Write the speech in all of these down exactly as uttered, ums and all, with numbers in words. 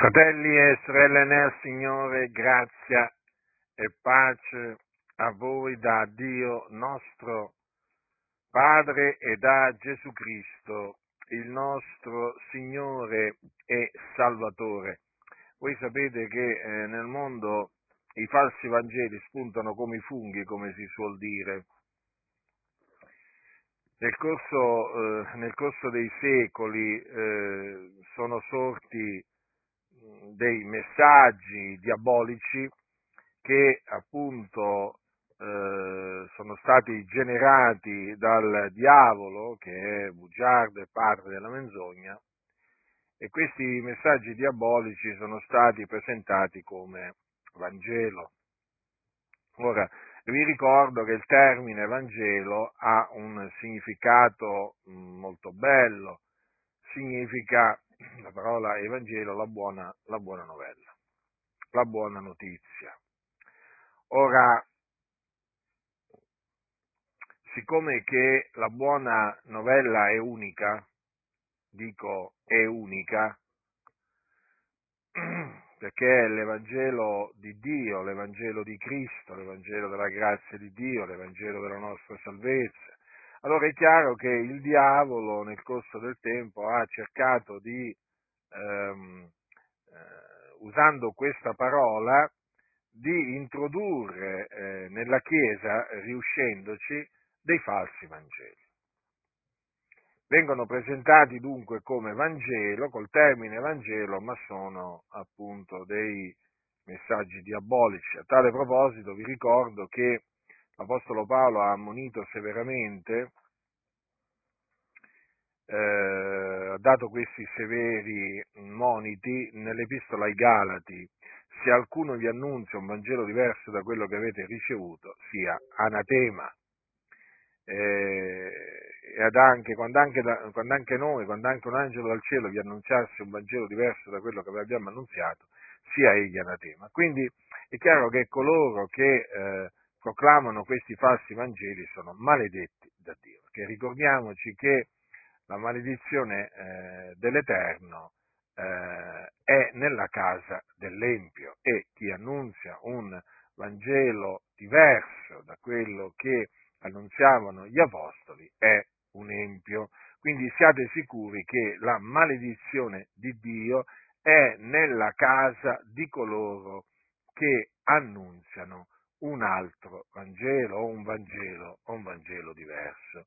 Fratelli e sorelle nel Signore, grazia e pace a voi da Dio nostro Padre e da Gesù Cristo, il nostro Signore e Salvatore. Voi sapete che eh, nel mondo i falsi Vangeli spuntano come i funghi, come si suol dire. Nel corso, eh, nel corso dei secoli eh, sono sorti dei messaggi diabolici che appunto eh, sono stati generati dal diavolo, che è bugiardo e padre della menzogna, e questi messaggi diabolici sono stati presentati come Vangelo. Ora, vi ricordo che il termine Vangelo ha un significato mh, molto bello, significa, la parola Evangelo, la buona, la buona novella, la buona notizia. Ora, siccome che la buona novella è unica, dico è unica, perché è l'Evangelo di Dio, l'Evangelo di Cristo, l'Evangelo della grazia di Dio, l'Evangelo della nostra salvezza, allora è chiaro che il diavolo nel corso del tempo ha cercato di, ehm, eh, usando questa parola, di introdurre eh, nella Chiesa, riuscendoci, dei falsi Vangeli. Vengono presentati dunque come Vangelo, col termine Vangelo, ma sono appunto dei messaggi diabolici. A tale proposito vi ricordo che l'Apostolo Paolo ha ammonito severamente, eh, ha dato questi severi moniti nell'Epistola ai Galati: se alcuno vi annunzia un Vangelo diverso da quello che avete ricevuto, sia anatema. Eh, e ad anche, quando, anche da, quando anche noi, quando anche un angelo dal cielo vi annunciasse un Vangelo diverso da quello che vi abbiamo annunziato, sia egli anatema. Quindi è chiaro che coloro che eh, proclamano questi falsi Vangeli sono maledetti da Dio, perché ricordiamoci che la maledizione eh, dell'Eterno eh, è nella casa dell'Empio, e chi annunzia un Vangelo diverso da quello che annunziavano gli Apostoli è un empio. Quindi siate sicuri che la maledizione di Dio è nella casa di coloro che annunziano un altro Vangelo o un Vangelo o un Vangelo diverso.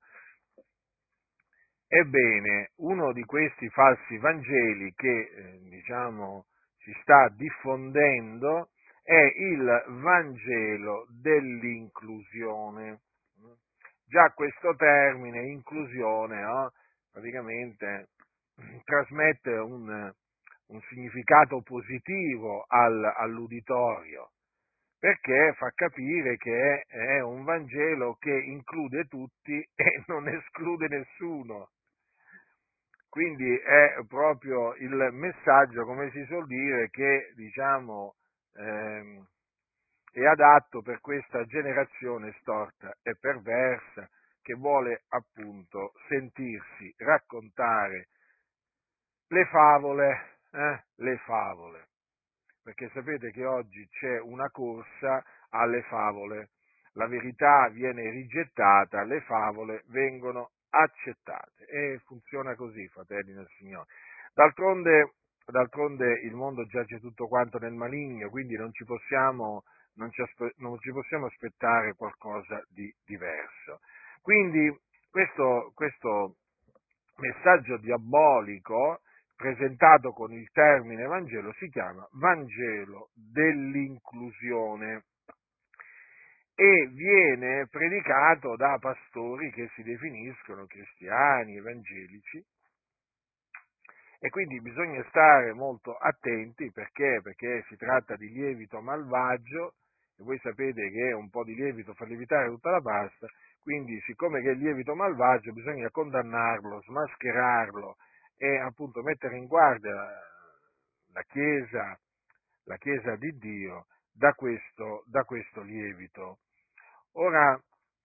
Ebbene, uno di questi falsi Vangeli che eh, diciamo si sta diffondendo è il Vangelo dell'inclusione. Già questo termine, inclusione, no? Praticamente trasmette un, un significato positivo al, all'uditorio, perché fa capire che è, è un Vangelo che include tutti e non esclude nessuno. Quindi è proprio il messaggio, come si suol dire, che diciamo ehm, è adatto per questa generazione storta e perversa, che vuole appunto sentirsi raccontare le favole, eh, le favole, perché sapete che oggi c'è una corsa alle favole, la verità viene rigettata, le favole vengono accettate, e funziona così, fratelli del Signore. D'altronde, d'altronde il mondo giace tutto quanto nel maligno, quindi non ci possiamo, non ci, aspe- non ci possiamo aspettare qualcosa di diverso. Quindi questo, questo messaggio diabolico presentato con il termine Vangelo si chiama Vangelo dell'inclusione e viene predicato da pastori che si definiscono cristiani, evangelici, e quindi bisogna stare molto attenti, perché? Perché si tratta di lievito malvagio, e voi sapete che un po' di lievito fa lievitare tutta la pasta. Quindi, siccome che è lievito malvagio, bisogna condannarlo, smascherarlo e appunto mettere in guardia la Chiesa, la Chiesa di Dio da questo, da questo lievito. Ora,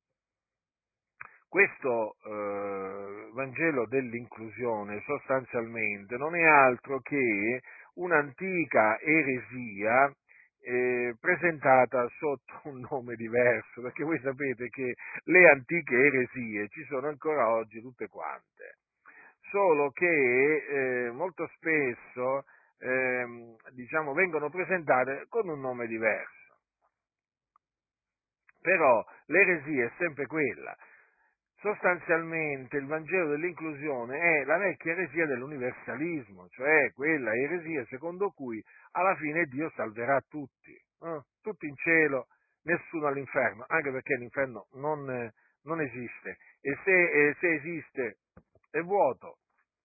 questo eh, Vangelo dell'inclusione sostanzialmente non è altro che un'antica eresia eh, presentata sotto un nome diverso, perché voi sapete che le antiche eresie ci sono ancora oggi tutte quante, solo che eh, molto spesso ehm, diciamo, vengono presentate con un nome diverso. Però l'eresia è sempre quella. Sostanzialmente il Vangelo dell'inclusione è la vecchia eresia dell'universalismo, cioè quella eresia secondo cui alla fine Dio salverà tutti, eh? Tutti in cielo, nessuno all'inferno, anche perché l'inferno non, eh, non esiste, e se, e se esiste è vuoto.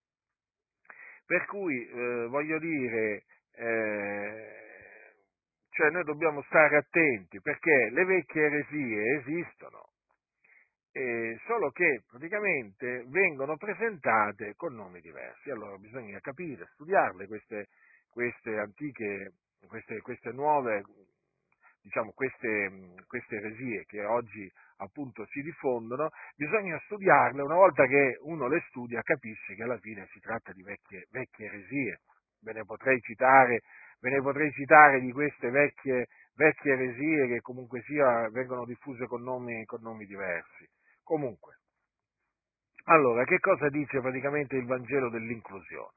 Per cui eh, voglio dire, eh, cioè noi dobbiamo stare attenti perché le vecchie eresie esistono, eh, solo che praticamente vengono presentate con nomi diversi. Allora bisogna capire, studiarle queste, queste antiche, queste, queste nuove, diciamo queste, queste eresie che oggi appunto si diffondono, bisogna studiarle. Una volta che uno le studia capisce che alla fine si tratta di vecchie, vecchie eresie. Ve ne potrei citare, ve ne potrei citare di queste vecchie, vecchie eresie che comunque sia vengono diffuse con nomi, con nomi diversi. Comunque, allora, che cosa dice praticamente il Vangelo dell'inclusione?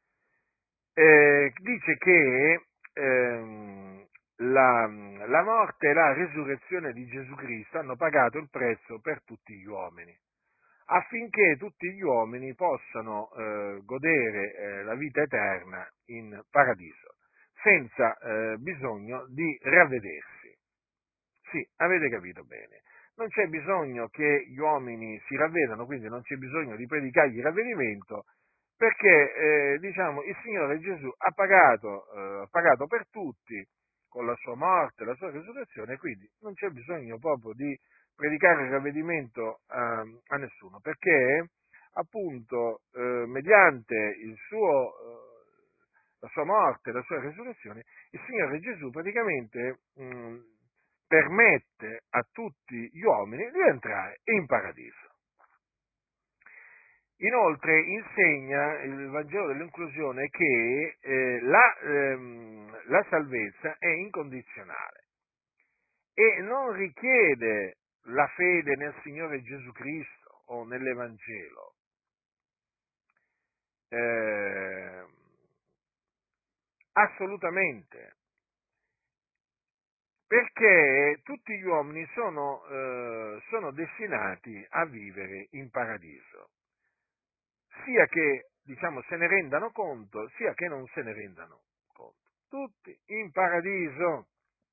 Eh, dice che ehm, la, la morte e la resurrezione di Gesù Cristo hanno pagato il prezzo per tutti gli uomini, affinché tutti gli uomini possano eh, godere eh, la vita eterna in paradiso, senza eh, bisogno di ravvedersi. Sì, avete capito bene. Non c'è bisogno che gli uomini si ravvedano, quindi non c'è bisogno di predicargli il ravvedimento, perché eh, diciamo, il Signore Gesù ha pagato, eh, ha pagato per tutti con la sua morte, la sua risurrezione, quindi non c'è bisogno proprio di predicare il ravvedimento a, a nessuno, perché appunto eh, mediante il suo, eh, la sua morte, la sua risurrezione, il Signore Gesù praticamente mh, permette a tutti gli uomini di entrare in paradiso. Inoltre insegna il Vangelo dell'inclusione che eh, la, ehm, la salvezza è incondizionale e non richiede la fede nel Signore Gesù Cristo o nell'Evangelo. Eh, assolutamente. Perché tutti gli uomini sono, eh, sono destinati a vivere in paradiso, sia che diciamo, se ne rendano conto, sia che non se ne rendano conto. Tutti in paradiso.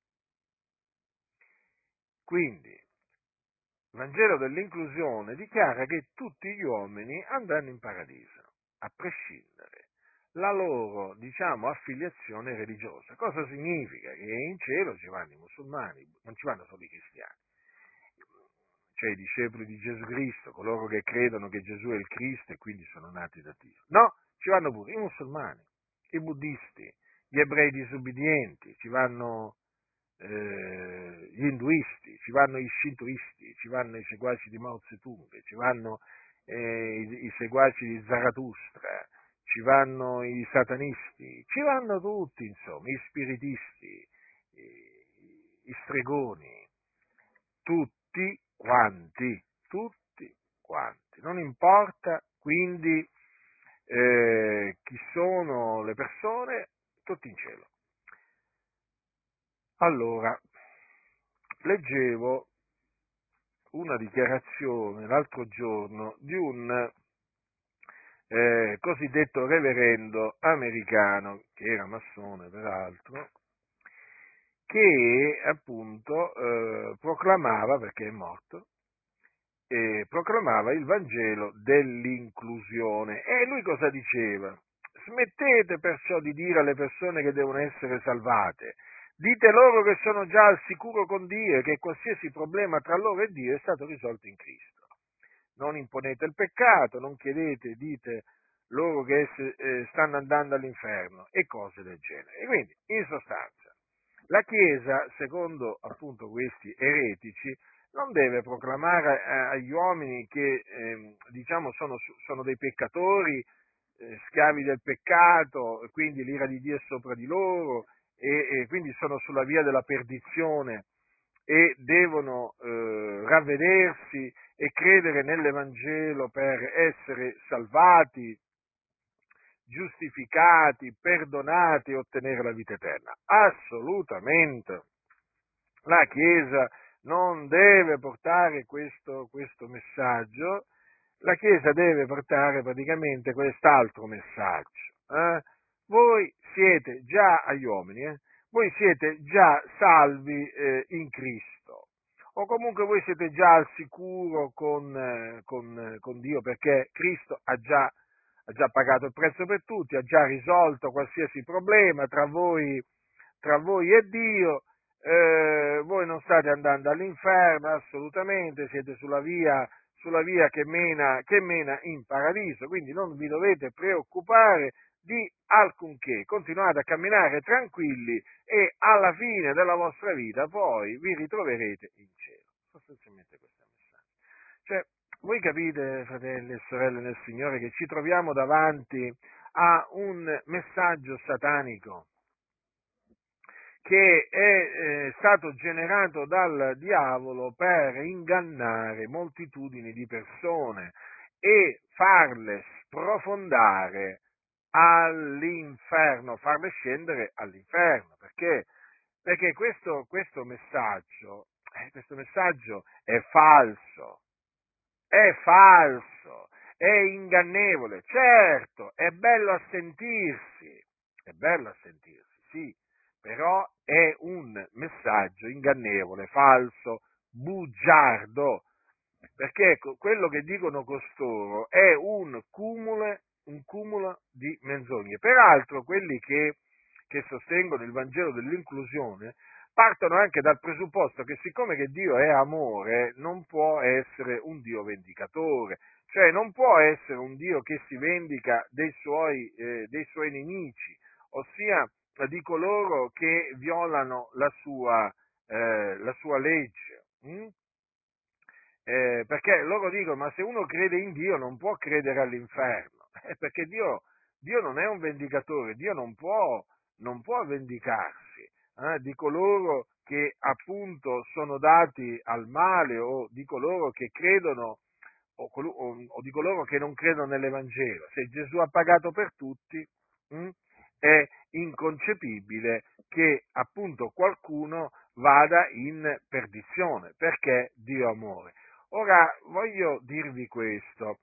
Quindi, il Vangelo dell'inclusione dichiara che tutti gli uomini andranno in paradiso, a prescindere la loro, diciamo, affiliazione religiosa. Cosa significa? Che in cielo ci vanno i musulmani, non ci vanno solo i cristiani, cioè i discepoli di Gesù Cristo, coloro che credono che Gesù è il Cristo e quindi sono nati da Dio. No, ci vanno pure i musulmani, i buddisti, gli ebrei disubbidienti, ci vanno eh, gli induisti, ci vanno i shintoisti, ci vanno i seguaci di Mao Zedong, ci vanno eh, i, i seguaci di Zarathustra, ci vanno i satanisti, ci vanno tutti, insomma, i spiritisti, i, i stregoni, tutti quanti, tutti quanti. Non importa quindi eh, chi sono le persone, tutti in cielo. Allora, leggevo una dichiarazione l'altro giorno di un eh, cosiddetto reverendo americano, che era massone peraltro, che appunto eh, proclamava, perché è morto, eh, proclamava il Vangelo dell'inclusione. E lui cosa diceva? Smettete perciò di dire alle persone che devono essere salvate, dite loro che sono già al sicuro con Dio e che qualsiasi problema tra loro e Dio è stato risolto in Cristo. Non imponete il peccato, non chiedete, dite loro che esse, eh, stanno andando all'inferno e cose del genere. E quindi, in sostanza, la Chiesa, secondo appunto questi eretici, non deve proclamare eh, agli uomini che eh, diciamo sono, sono dei peccatori eh, schiavi del peccato, quindi l'ira di Dio è sopra di loro e, e quindi sono sulla via della perdizione e devono eh, ravvedersi e credere nell'Evangelo per essere salvati, giustificati, perdonati e ottenere la vita eterna. Assolutamente. La Chiesa non deve portare questo, questo messaggio, la Chiesa deve portare praticamente quest'altro messaggio. Eh? Voi siete già agli uomini, eh? Voi siete già salvi eh, in Cristo, o comunque voi siete già al sicuro con, eh, con, eh, con Dio, perché Cristo ha già, ha già pagato il prezzo per tutti, ha già risolto qualsiasi problema tra voi, tra voi e Dio. Eh, voi non state andando all'inferno assolutamente, siete sulla via, sulla via che mena, che mena in paradiso, quindi non vi dovete preoccupare di alcunché, continuate a camminare tranquilli e alla fine della vostra vita poi vi ritroverete in cielo. Sostanzialmente questo è il messaggio. Cioè, voi capite, fratelli e sorelle nel Signore, che ci troviamo davanti a un messaggio satanico che è eh, stato generato dal diavolo per ingannare moltitudini di persone e farle sprofondare all'inferno, farle scendere all'inferno, perché, perché questo, questo messaggio, eh, questo messaggio è falso, è falso, è ingannevole, certo, è bello a sentirsi, è bello a sentirsi, sì, però è un messaggio ingannevole, falso, bugiardo, perché ecco, quello che dicono costoro è un cumulo, un cumulo di menzogne. Peraltro quelli che, che sostengono il Vangelo dell'inclusione partono anche dal presupposto che siccome che Dio è amore, non può essere un Dio vendicatore, cioè non può essere un Dio che si vendica dei suoi, eh, dei suoi nemici, ossia di coloro che violano la sua, eh, la sua legge. Hm? Eh, perché loro dicono, ma se uno crede in Dio non può credere all'inferno, eh, perché Dio, Dio non è un vendicatore, Dio non può, non può vendicarsi eh, di coloro che appunto sono dati al male o di coloro che credono o, col- o- o di coloro che non credono nell'Evangelo. Se Gesù ha pagato per tutti, hm, è inconcepibile che appunto qualcuno vada in perdizione, perché Dio è amore. Ora voglio dirvi questo.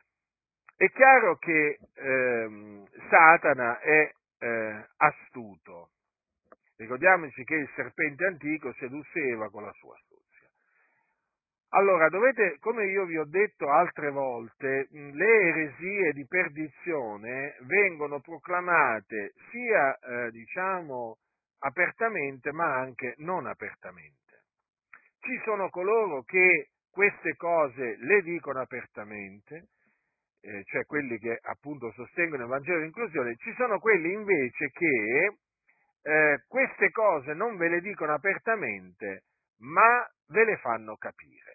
È chiaro che ehm, Satana è eh, astuto. Ricordiamoci che il serpente antico sedusse Eva con la sua astuzia. Allora, dovete, come io vi ho detto altre volte, mh, le eresie di perdizione vengono proclamate sia, eh, diciamo, apertamente, ma anche non apertamente. Ci sono coloro che queste cose le dicono apertamente, eh, cioè quelli che appunto sostengono il Vangelo dell'inclusione, ci sono quelli invece che eh, queste cose non ve le dicono apertamente, ma ve le fanno capire.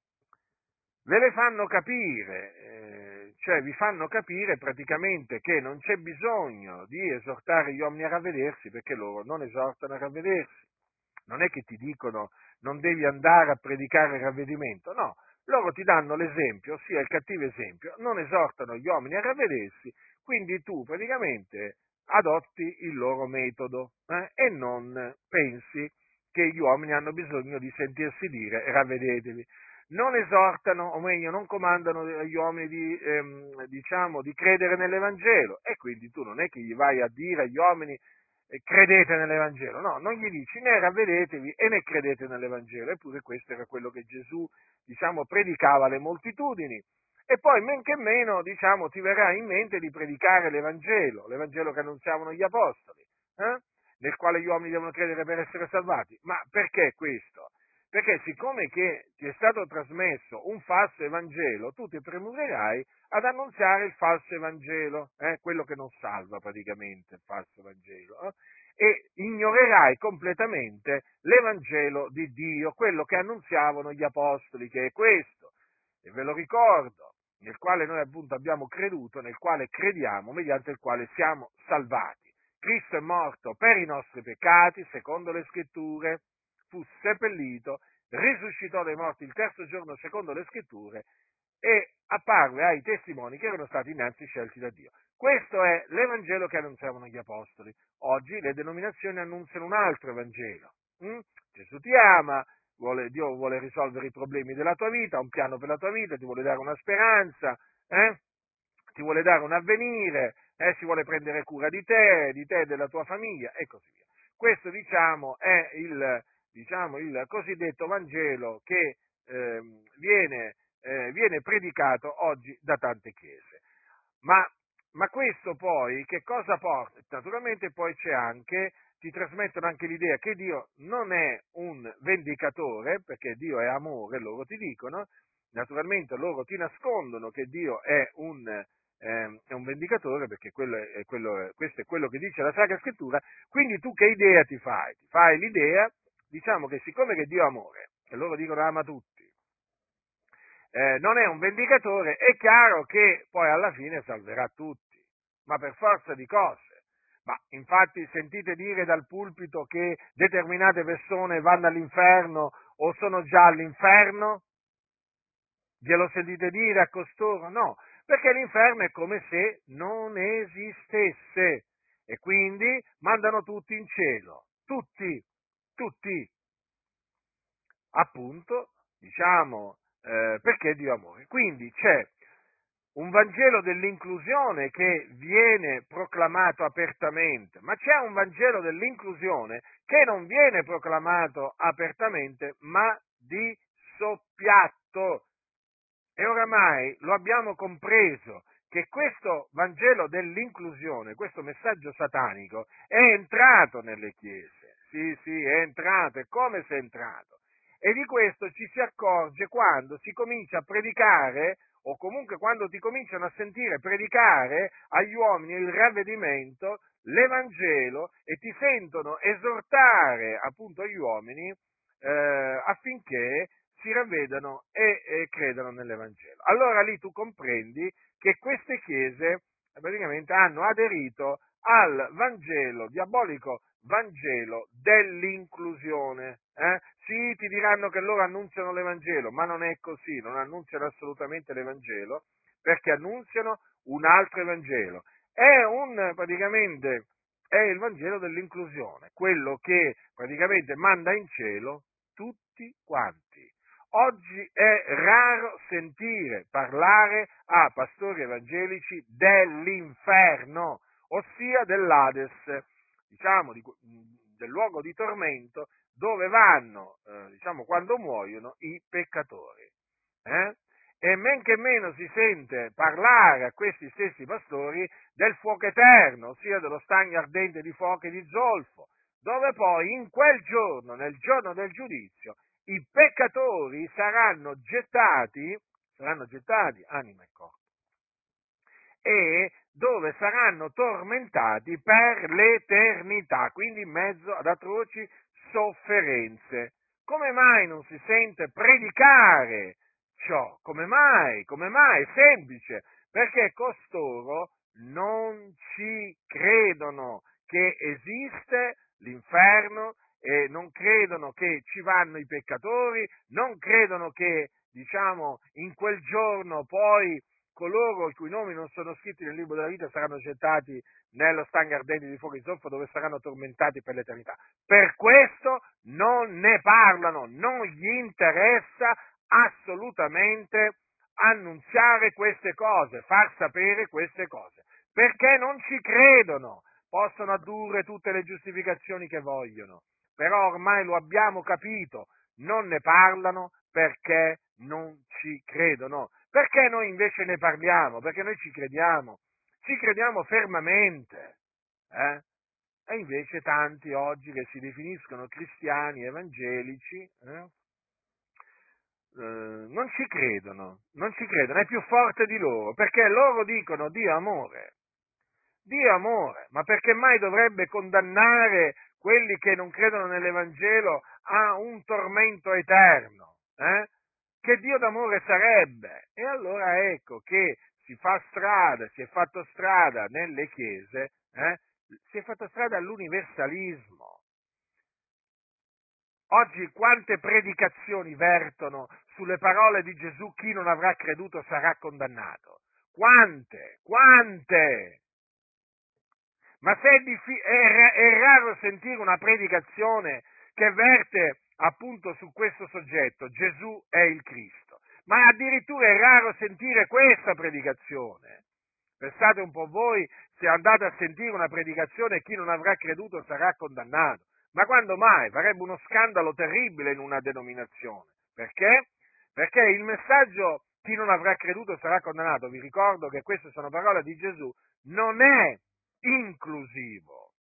Ve le fanno capire, eh, cioè vi fanno capire praticamente che non c'è bisogno di esortare gli uomini a ravvedersi perché loro non esortano a ravvedersi. Non è che ti dicono non devi andare a predicare il ravvedimento, no, loro ti danno l'esempio, ossia il cattivo esempio, non esortano gli uomini a ravvedersi, quindi tu praticamente adotti il loro metodo eh, e non pensi che gli uomini hanno bisogno di sentirsi dire ravvedetevi. Non esortano, o meglio, non comandano agli uomini di, ehm, diciamo, di credere nell'Evangelo e quindi tu non è che gli vai a dire agli uomini eh, credete nell'Evangelo, no, non gli dici né ravvedetevi e né credete nell'Evangelo, eppure questo era quello che Gesù, diciamo, predicava alle moltitudini. E poi men che meno, diciamo, ti verrà in mente di predicare l'Evangelo, l'Evangelo che annunziavano gli Apostoli, eh? Nel quale gli uomini devono credere per essere salvati. Ma perché questo? Perché siccome che ti è stato trasmesso un falso Evangelo, tu ti premurerai ad annunziare il falso Evangelo, eh? Quello che non salva praticamente il falso Evangelo, eh? E ignorerai completamente l'Evangelo di Dio, quello che annunziavano gli Apostoli, che è questo. E ve lo ricordo, nel quale noi appunto abbiamo creduto, nel quale crediamo, mediante il quale siamo salvati. Cristo è morto per i nostri peccati, secondo le scritture, fu seppellito, risuscitò dai morti il terzo giorno, secondo le scritture, e apparve ai testimoni che erano stati innanzi scelti da Dio. Questo è l'Evangelo che annunziavano gli Apostoli. Oggi le denominazioni annunziano un altro Evangelo. Mm? Gesù ti ama, vuole, Dio vuole risolvere i problemi della tua vita, ha un piano per la tua vita, ti vuole dare una speranza, eh? ti vuole dare un avvenire, eh? si vuole prendere cura di te, di te e della tua famiglia, e così via. Questo, diciamo, è il, diciamo, il cosiddetto Vangelo che eh, viene, eh, viene predicato oggi da tante chiese. Ma, ma questo poi che cosa porta? Naturalmente poi c'è anche, ti trasmettono anche l'idea che Dio non è un vendicatore, perché Dio è amore, loro ti dicono, naturalmente loro ti nascondono che Dio è un, eh, è un vendicatore, perché quello è, quello, questo è quello che dice la Sacra Scrittura, quindi tu che idea ti fai? Ti fai l'idea, diciamo che siccome che Dio è amore, e loro dicono ama tutti, eh, non è un vendicatore, è chiaro che poi alla fine salverà tutti, ma per forza di cose. Ma infatti sentite dire dal pulpito che determinate persone vanno all'inferno o sono già all'inferno? Glielo sentite dire a costoro? No, perché l'inferno è come se non esistesse e quindi mandano tutti in cielo, tutti, tutti, appunto, diciamo, eh, perché Dio è amore. Quindi c'è un Vangelo dell'inclusione che viene proclamato apertamente, ma c'è un Vangelo dell'inclusione che non viene proclamato apertamente, ma di soppiatto. E oramai lo abbiamo compreso che questo Vangelo dell'inclusione, questo messaggio satanico, è entrato nelle chiese. Sì, sì, è entrato, è come se è entrato. E di questo ci si accorge quando si comincia a predicare, o comunque quando ti cominciano a sentire predicare agli uomini il ravvedimento, l'Evangelo, e ti sentono esortare appunto gli uomini eh, affinché si ravvedano e, e credano nell'Evangelo. Allora lì tu comprendi che queste chiese eh, praticamente hanno aderito al Vangelo, diabolico Vangelo dell'inclusione. Eh? Sì, ti diranno che loro annunziano l'Evangelo, ma non è così, non annunziano assolutamente l'Evangelo, perché annunziano un altro Evangelo. È un, praticamente, è il Vangelo dell'inclusione, quello che praticamente manda in cielo tutti quanti. Oggi è raro sentire parlare a pastori evangelici dell'inferno, ossia dell'Ades, diciamo, di, del luogo di tormento dove vanno, eh, diciamo, quando muoiono i peccatori. Eh? E men che meno si sente parlare a questi stessi pastori del fuoco eterno, ossia dello stagno ardente di fuoco e di zolfo, dove poi in quel giorno, nel giorno del giudizio, i peccatori saranno gettati, saranno gettati, anima e corpo, e dove saranno tormentati per l'eternità, quindi in mezzo ad atroci sofferenze. Come mai non si sente predicare ciò? Come mai? Come mai? È semplice, perché costoro non ci credono che esiste l'inferno, e non credono che ci vanno i peccatori, non credono che, diciamo, in quel giorno poi coloro i cui nomi non sono scritti nel libro della vita saranno gettati nello stagno ardente di fuoco e zolfo, dove saranno tormentati per l'eternità. Per questo non ne parlano, non gli interessa assolutamente annunziare queste cose, far sapere queste cose, perché non ci credono. Possono addurre tutte le giustificazioni che vogliono, però ormai lo abbiamo capito, non ne parlano perché non ci credono. Perché noi invece ne parliamo? Perché noi ci crediamo, ci crediamo fermamente. Eh? E invece tanti oggi che si definiscono cristiani evangelici eh, eh, non ci credono, non ci credono, è più forte di loro, perché loro dicono Dio amore. Dio amore, ma perché mai dovrebbe condannare quelli che non credono nell'Evangelo a un tormento eterno? Eh? che Dio d'amore sarebbe. E allora ecco che si fa strada, si è fatto strada nelle chiese, eh? si è fatto strada all'universalismo. Oggi quante predicazioni vertono sulle parole di Gesù: chi non avrà creduto sarà condannato. Quante, quante! Ma se è, diffi- è, è raro sentire una predicazione che verte appunto su questo soggetto: Gesù è il Cristo. Ma addirittura è raro sentire questa predicazione. Pensate un po' voi se andate a sentire una predicazione: chi non avrà creduto sarà condannato. Ma quando mai? Farebbe uno scandalo terribile in una denominazione. Perché? Perché il messaggio chi non avrà creduto sarà condannato, vi ricordo che queste sono parole di Gesù, non è inclusivo,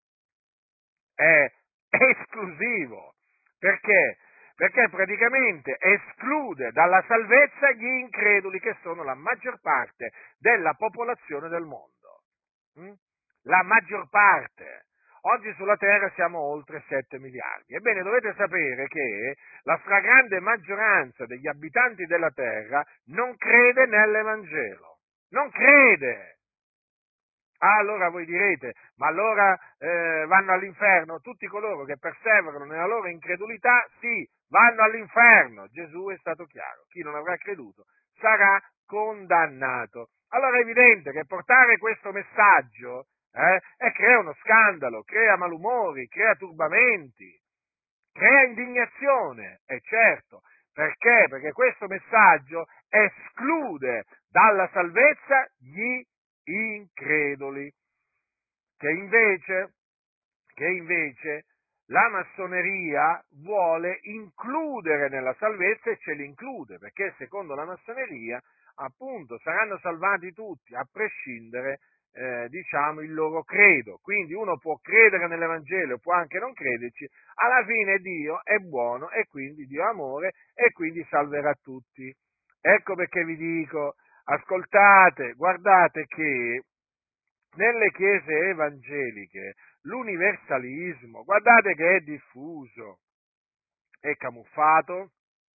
è esclusivo. Perché? Perché praticamente esclude dalla salvezza gli increduli, che sono la maggior parte della popolazione del mondo. Mm? La maggior parte. Oggi sulla Terra siamo oltre sette miliardi. Ebbene, dovete sapere che la stragrande maggioranza degli abitanti della Terra non crede nell'Evangelo. Non crede. Ah, allora voi direte, ma allora eh, vanno all'inferno tutti coloro che perseverano nella loro incredulità? Sì, vanno all'inferno. Gesù è stato chiaro: chi non avrà creduto sarà condannato. Allora è evidente che portare questo messaggio eh, eh, crea uno scandalo, crea malumori, crea turbamenti, crea indignazione, è certo. Perché? Perché questo messaggio esclude dalla salvezza gli increduli, che invece, che invece la massoneria vuole includere nella salvezza, e ce li include, perché secondo la massoneria appunto saranno salvati tutti, a prescindere eh, diciamo il loro credo. Quindi uno può credere nell'Evangelo, può anche non crederci, alla fine Dio è buono e quindi Dio è amore e quindi salverà tutti. Ecco perché vi dico: ascoltate, guardate che nelle chiese evangeliche l'universalismo, guardate che è diffuso, è camuffato,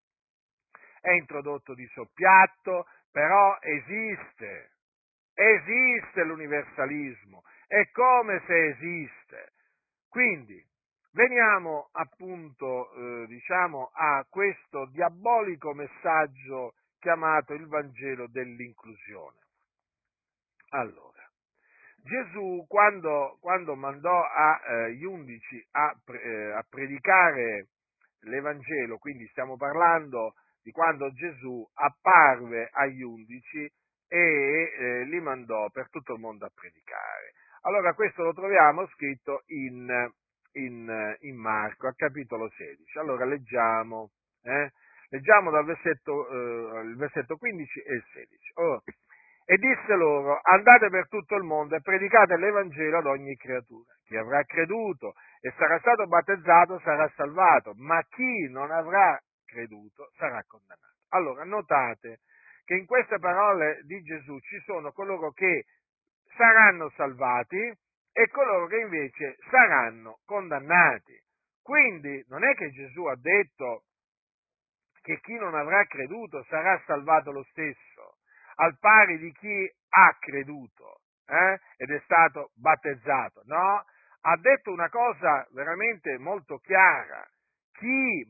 è introdotto di soppiatto, però esiste, esiste l'universalismo, è come se esiste. Quindi, veniamo appunto, eh, diciamo, a questo diabolico messaggio chiamato il Vangelo dell'inclusione. Allora, Gesù quando, quando mandò agli eh, undici a, eh, a predicare l'Evangelo, quindi stiamo parlando di quando Gesù apparve agli undici e eh, li mandò per tutto il mondo a predicare. Allora questo lo troviamo scritto in, in, in Marco, al capitolo sedici. Allora leggiamo, eh? leggiamo dal versetto, eh, il versetto quindici e il sedici. Oh, e disse loro: andate per tutto il mondo e predicate l'Evangelo ad ogni creatura. Chi avrà creduto e sarà stato battezzato sarà salvato, ma chi non avrà creduto sarà condannato. Allora, notate che in queste parole di Gesù ci sono coloro che saranno salvati e coloro che invece saranno condannati. Quindi non è che Gesù ha detto che chi non avrà creduto sarà salvato lo stesso, al pari di chi ha creduto eh, ed è stato battezzato. No, ha detto una cosa veramente molto chiara: chi,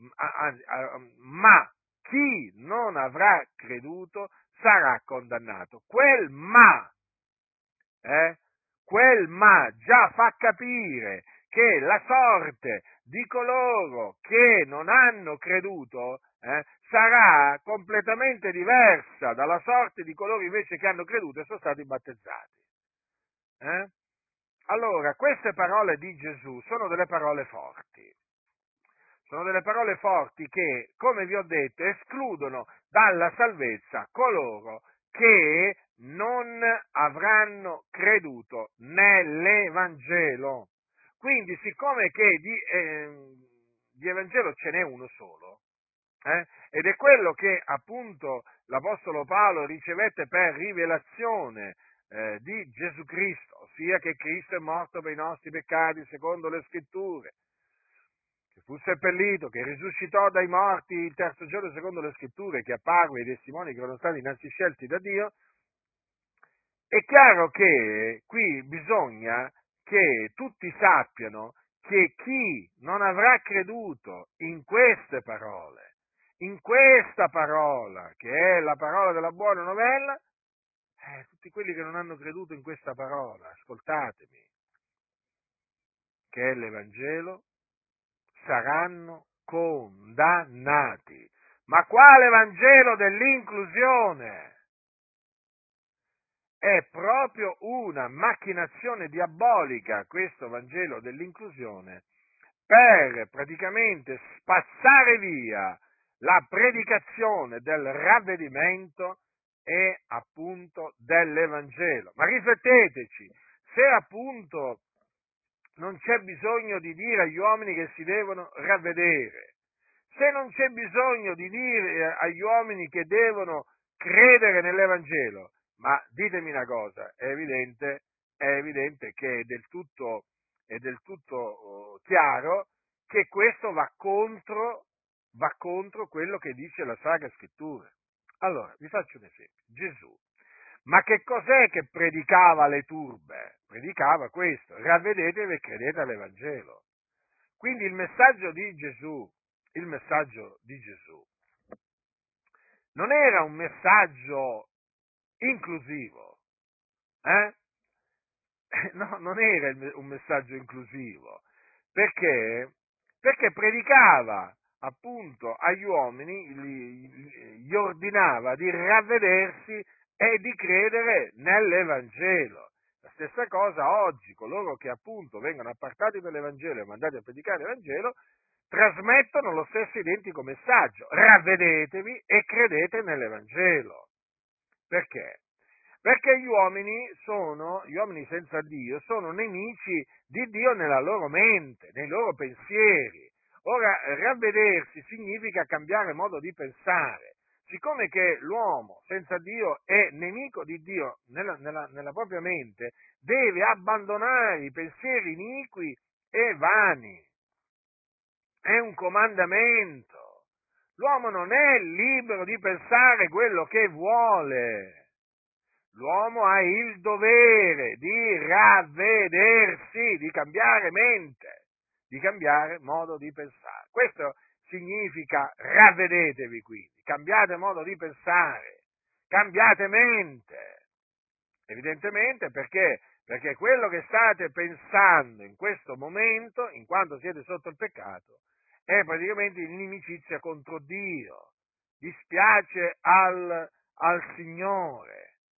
ma chi non avrà creduto sarà condannato. Quel ma, eh, quel ma già fa capire che la sorte di coloro che non hanno creduto eh, sarà completamente diversa dalla sorte di coloro invece che hanno creduto e sono stati battezzati. Eh? Allora, queste parole di Gesù sono delle parole forti. Sono delle parole forti che, come vi ho detto, escludono dalla salvezza coloro che non avranno creduto nell'Evangelo. Quindi, siccome che di, eh, di Evangelo ce n'è uno solo, eh, ed è quello che appunto l'Apostolo Paolo ricevette per rivelazione eh, di Gesù Cristo, ossia che Cristo è morto per i nostri peccati secondo le Scritture, che fu seppellito, che risuscitò dai morti il terzo giorno secondo le scritture, che apparve ai testimoni che erano stati innanzi scelti da Dio, è chiaro che qui bisogna che tutti sappiano che chi non avrà creduto in queste parole, in questa parola, che è la parola della buona novella, eh, tutti quelli che non hanno creduto in questa parola, ascoltatemi, che è l'Evangelo, saranno condannati. Ma quale Vangelo dell'inclusione? È proprio una macchinazione diabolica questo Vangelo dell'inclusione per praticamente spazzare via la predicazione del ravvedimento e appunto dell'Evangelo. Ma rifletteteci, se appunto non c'è bisogno di dire agli uomini che si devono ravvedere, se non c'è bisogno di dire agli uomini che devono credere nell'Evangelo, ma ditemi una cosa, è evidente, è evidente che è del tutto, è del tutto uh, chiaro che questo va contro, va contro quello che dice la Sacra Scrittura. Allora, vi faccio un esempio. Gesù, ma che cos'è che predicava alle turbe? Predicava questo: ravvedetevi e credete all'Evangelo. Quindi il messaggio di Gesù, il messaggio di Gesù non era un messaggio inclusivo, eh? No, non era un messaggio inclusivo, perché, perché predicava appunto agli uomini, gli, gli ordinava di ravvedersi e di credere nell'Evangelo. La stessa cosa oggi, coloro che appunto vengono appartati dall'Evangelo e mandati a predicare l'Evangelo, trasmettono lo stesso identico messaggio: ravvedetevi e credete nell'Evangelo. Perché? Perché gli uomini sono, gli uomini senza Dio, sono nemici di Dio nella loro mente, nei loro pensieri. Ora, ravvedersi significa cambiare modo di pensare. Siccome che l'uomo senza Dio è nemico di Dio nella, nella, nella propria mente, deve abbandonare i pensieri iniqui e vani. È un comandamento. L'uomo non è libero di pensare quello che vuole. L'uomo ha il dovere di ravvedersi, di cambiare mente, di cambiare modo di pensare. Questo significa ravvedetevi quindi, cambiate modo di pensare, cambiate mente. Evidentemente perché? Perché quello che state pensando in questo momento, in quanto siete sotto il peccato, è praticamente inimicizia contro Dio, dispiace al, al Signore.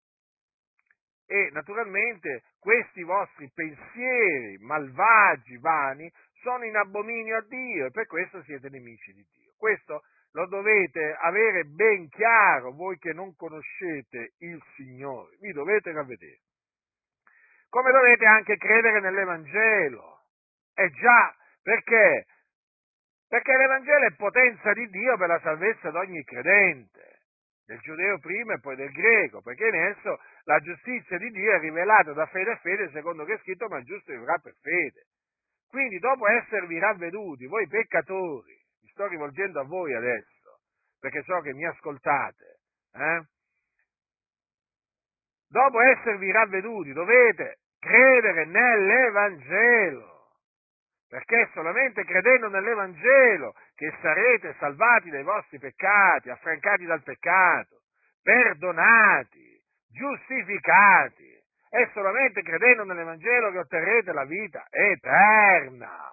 E naturalmente questi vostri pensieri malvagi, vani, sono in abominio a Dio e per questo siete nemici di Dio. Questo lo dovete avere ben chiaro voi che non conoscete il Signore, vi dovete ravvedere. Come dovete anche credere nell'Evangelo. Eh già, perché? Perché l'Evangelo è potenza di Dio per la salvezza di ogni credente, del giudeo prima e poi del greco, perché in esso la giustizia di Dio è rivelata da fede a fede, secondo che è scritto: ma il giusto vivrà per fede. Quindi, dopo esservi ravveduti, voi peccatori, mi sto rivolgendo a voi adesso, perché so che mi ascoltate, eh? Dopo esservi ravveduti dovete credere nell'Evangelo, perché è solamente credendo nell'Evangelo che sarete salvati dai vostri peccati, affrancati dal peccato, perdonati, giustificati. È solamente credendo nell'Evangelo che otterrete la vita eterna.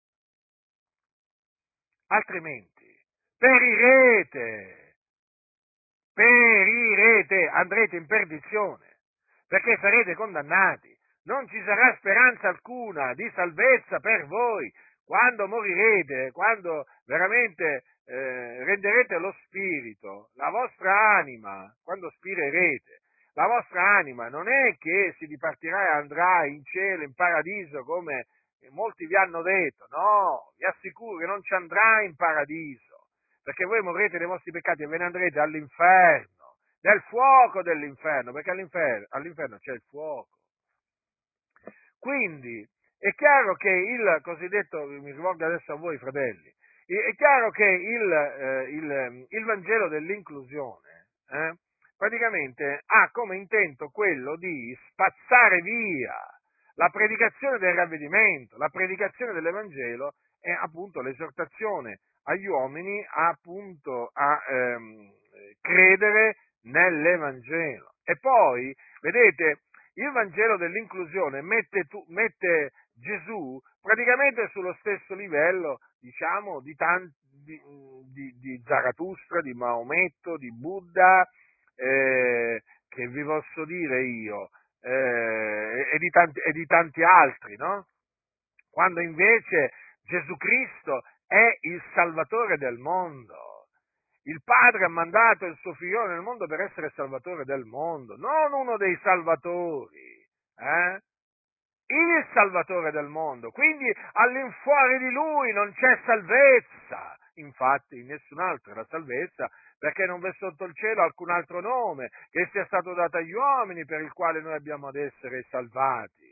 Altrimenti perirete, perirete, andrete in perdizione, perché sarete condannati. Non ci sarà speranza alcuna di salvezza per voi. Quando morirete, quando veramente eh, renderete lo spirito, la vostra anima, quando spirerete, la vostra anima non è che si dipartirà e andrà in cielo, in paradiso, come molti vi hanno detto. No, vi assicuro che non ci andrà in paradiso, perché voi morrete dei vostri peccati e ve ne andrete all'inferno, nel fuoco dell'inferno, perché all'inferno, all'inferno c'è il fuoco. Quindi è chiaro che il cosiddetto, mi rivolgo adesso a voi fratelli, è chiaro che il, eh, il, il Vangelo dell'inclusione eh, praticamente ha come intento quello di spazzare via la predicazione del ravvedimento, la predicazione dell'Evangelo è appunto l'esortazione agli uomini appunto a ehm, credere nell'Evangelo. E poi, vedete, il Vangelo dell'inclusione mette, tu, mette Gesù praticamente sullo stesso livello, diciamo, di, tanti, di, di, di Zarathustra, di Maometto, di Buddha, eh, che vi posso dire io, eh, e, di tanti, e di tanti altri, no? Quando invece Gesù Cristo è il Salvatore del mondo. Il Padre ha mandato il suo figlio nel mondo per essere il Salvatore del mondo, non uno dei salvatori, eh? Il Salvatore del mondo. Quindi all'infuori di Lui non c'è salvezza. Infatti in nessun altro è la salvezza, perché non v'è sotto il cielo alcun altro nome che sia stato dato agli uomini per il quale noi abbiamo ad essere salvati.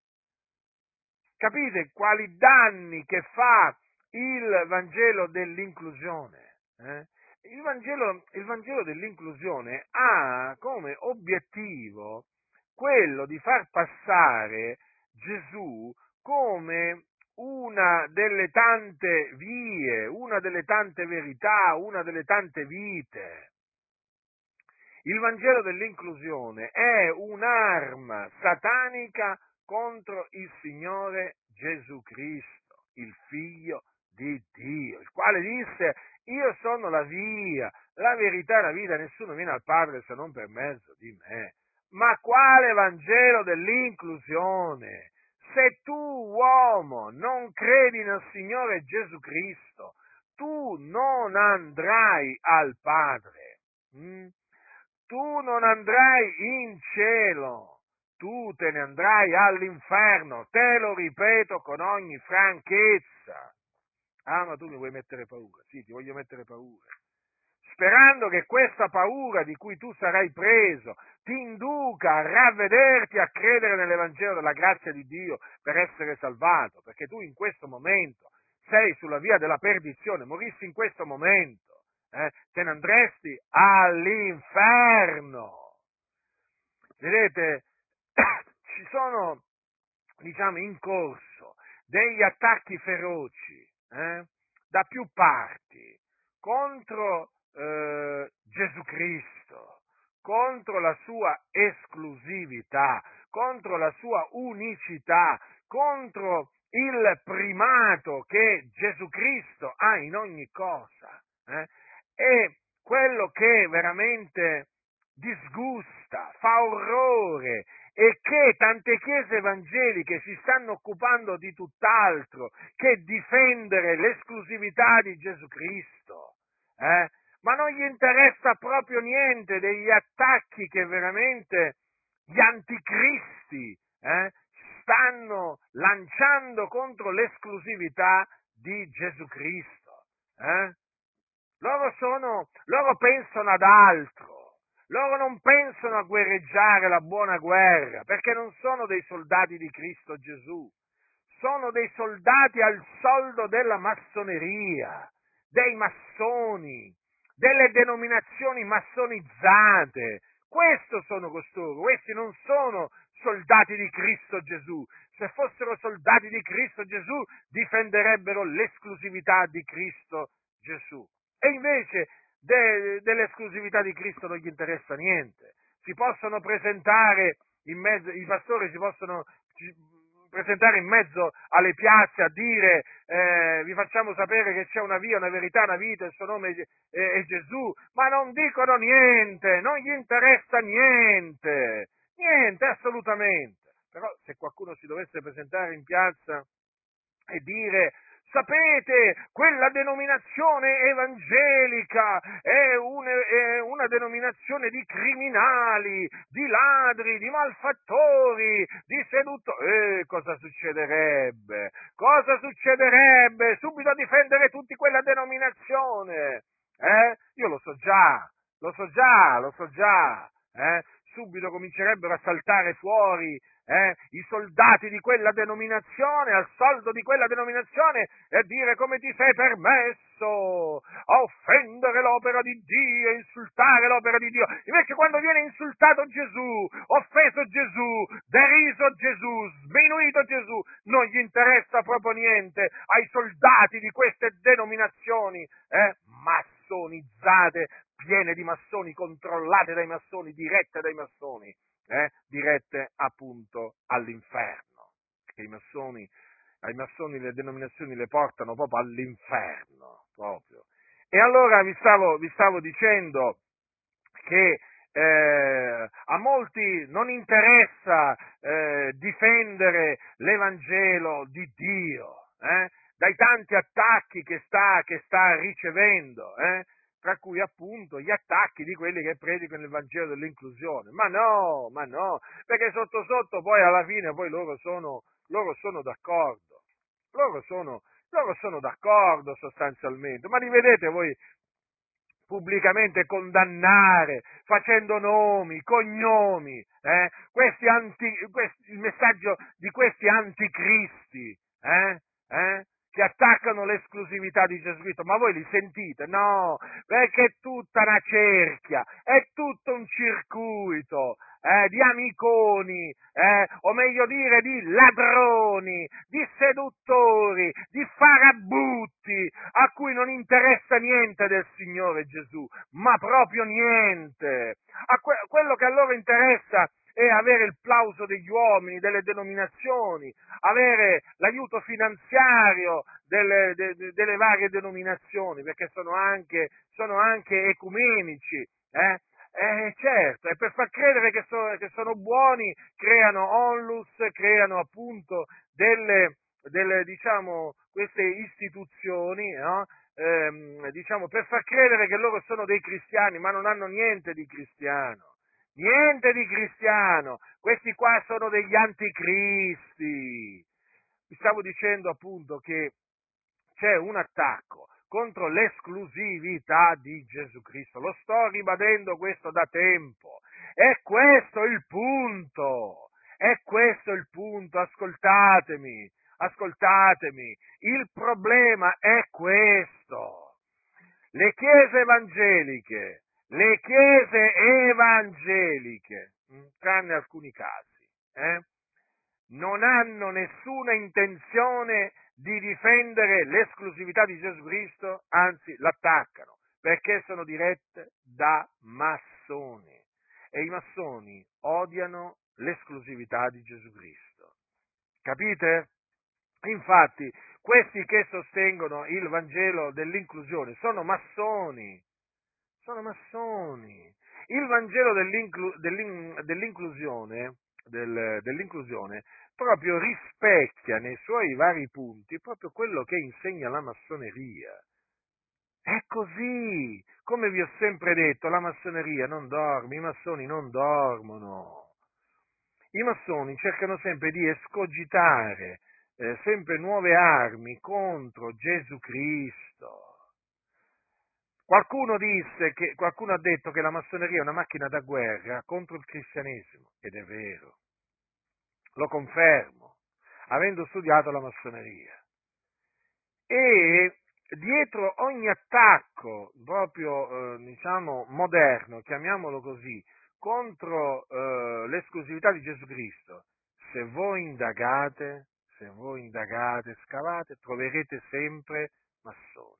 Capite quali danni che fa il Vangelo dell'inclusione? Eh? Il, Vangelo, il Vangelo dell'inclusione ha come obiettivo quello di far passare Gesù come una delle tante vie, una delle tante verità, una delle tante vite. Il Vangelo dell'inclusione è un'arma satanica contro il Signore Gesù Cristo, il Figlio di Dio, il quale disse: io sono la via, la verità e la vita, nessuno viene al Padre se non per mezzo di me. Ma quale Vangelo dell'inclusione? Se tu, uomo, non credi nel Signore Gesù Cristo, tu non andrai al Padre. Mm? Tu non andrai in cielo, tu te ne andrai all'inferno, te lo ripeto con ogni franchezza. Ah, ma tu mi vuoi mettere paura? Sì, ti voglio mettere paura. Sperando che questa paura di cui tu sarai preso ti induca a ravvederti, a credere nell'Evangelo della grazia di Dio per essere salvato, perché tu in questo momento sei sulla via della perdizione, morissi in questo momento, eh, te ne andresti all'inferno. Vedete, ci sono, diciamo, in corso degli attacchi feroci eh, da più parti contro eh, Gesù Cristo, contro la sua esclusività, contro la sua unicità, contro il primato che Gesù Cristo ha in ogni cosa. Eh? E quello che veramente disgusta, fa orrore e che tante chiese evangeliche si stanno occupando di tutt'altro che difendere l'esclusività di Gesù Cristo, eh? Ma non gli interessa proprio niente degli attacchi che veramente gli anticristi eh, stanno lanciando contro l'esclusività di Gesù Cristo. Eh? Loro sono, loro pensano ad altro. Loro non pensano a guerreggiare la buona guerra, perché non sono dei soldati di Cristo Gesù, sono dei soldati al soldo della massoneria, dei massoni, delle denominazioni massonizzate. Questo sono costoro, questi non sono soldati di Cristo Gesù. Se fossero soldati di Cristo Gesù, difenderebbero l'esclusività di Cristo Gesù. E invece de, dell'esclusività di Cristo non gli interessa niente. Si possono presentare in mezzo, i pastori si possono presentare in mezzo alle piazze a dire eh, vi facciamo sapere che c'è una via, una verità, una vita, il suo nome è, è, è Gesù, ma non dicono niente, non gli interessa niente, niente, assolutamente. Però se qualcuno si dovesse presentare in piazza e dire: sapete, quella denominazione evangelica è, un, è una denominazione di criminali, di ladri, di malfattori, di seduttori. Eh, cosa succederebbe? Cosa succederebbe? Subito a difendere tutti quella denominazione. Eh? Io lo so già, lo so già, lo so già. Eh? subito comincerebbero a saltare fuori eh, i soldati di quella denominazione, al soldo di quella denominazione, e dire: come ti sei permesso a offendere l'opera di Dio, insultare l'opera di Dio. Invece quando viene insultato Gesù, offeso Gesù, deriso Gesù, sminuito Gesù, non gli interessa proprio niente ai soldati di queste denominazioni eh, massonizzate, piene di massoni, controllate dai massoni, dirette dai massoni, eh, dirette appunto all'inferno. Che i massoni, ai massoni le denominazioni le portano proprio all'inferno, proprio. E allora vi stavo, vi stavo dicendo che eh, a molti non interessa eh, difendere l'Evangelo di Dio, eh, dai tanti attacchi che sta, che sta ricevendo, eh, tra cui appunto gli attacchi di quelli che predicano il Vangelo dell'inclusione. Ma no, ma no, perché sotto sotto poi alla fine poi loro sono, loro sono d'accordo, loro sono, loro sono d'accordo sostanzialmente, ma li vedete voi pubblicamente condannare, facendo nomi, cognomi, eh, questi anti, questi, il messaggio di questi anticristi, eh, eh, che attaccano l'esclusività di Gesù Cristo. Ma voi li sentite? No, perché è tutta una cerchia, è tutto un circuito eh, di amiconi, eh, o meglio dire di ladroni, di seduttori, di farabutti, a cui non interessa niente del Signore Gesù, ma proprio niente. A que- quello che a loro interessa è avere il plauso degli uomini, delle denominazioni, avere l'aiuto finanziario delle, de, de, delle varie denominazioni, perché sono anche, sono anche ecumenici, eh? Eh, certo, e per far credere che, so, che sono buoni creano onlus, creano appunto delle, delle diciamo, queste istituzioni, no? Ehm, diciamo, per far credere che loro sono dei cristiani, ma non hanno niente di cristiano. Niente di cristiano, questi qua sono degli anticristi. Vi stavo dicendo appunto che c'è un attacco contro l'esclusività di Gesù Cristo, lo sto ribadendo questo da tempo, è questo il punto, è questo il punto, ascoltatemi, ascoltatemi, il problema è questo. Le chiese evangeliche, le chiese evangeliche, tranne alcuni casi, eh, non hanno nessuna intenzione di difendere l'esclusività di Gesù Cristo, anzi l'attaccano, perché sono dirette da massoni e i massoni odiano l'esclusività di Gesù Cristo. Capite? Infatti, questi che sostengono il Vangelo dell'inclusione sono massoni, sono massoni. Il Vangelo dell'inclu- dell'in- dell'inclusione, del- dell'inclusione proprio rispecchia nei suoi vari punti proprio quello che insegna la massoneria. È così, come vi ho sempre detto, la massoneria non dorme, i massoni non dormono. I massoni cercano sempre di escogitare eh, sempre nuove armi contro Gesù Cristo. Qualcuno disse che, qualcuno ha detto che la massoneria è una macchina da guerra contro il cristianesimo, ed è vero, lo confermo, avendo studiato la massoneria. E dietro ogni attacco, proprio, eh, diciamo, moderno, chiamiamolo così, contro eh, l'esclusività di Gesù Cristo, se voi indagate, se voi indagate, scavate, troverete sempre massoni,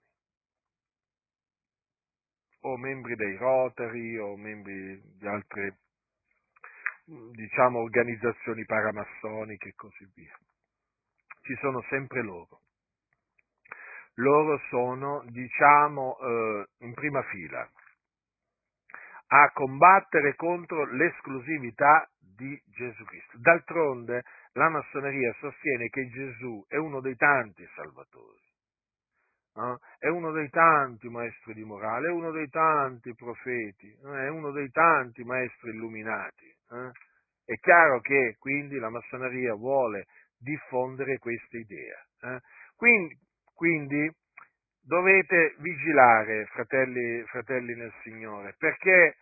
o membri dei Rotary, o membri di altre, diciamo, organizzazioni paramassoniche e così via. Ci sono sempre loro. Loro sono, diciamo, eh, in prima fila a combattere contro l'esclusività di Gesù Cristo. D'altronde la massoneria sostiene che Gesù è uno dei tanti salvatori, eh? È uno dei tanti maestri di morale, è uno dei tanti profeti, eh? È uno dei tanti maestri illuminati. Eh? È chiaro che quindi la massoneria vuole diffondere questa idea. Eh? Quindi, quindi dovete vigilare, fratelli, fratelli nel Signore, perché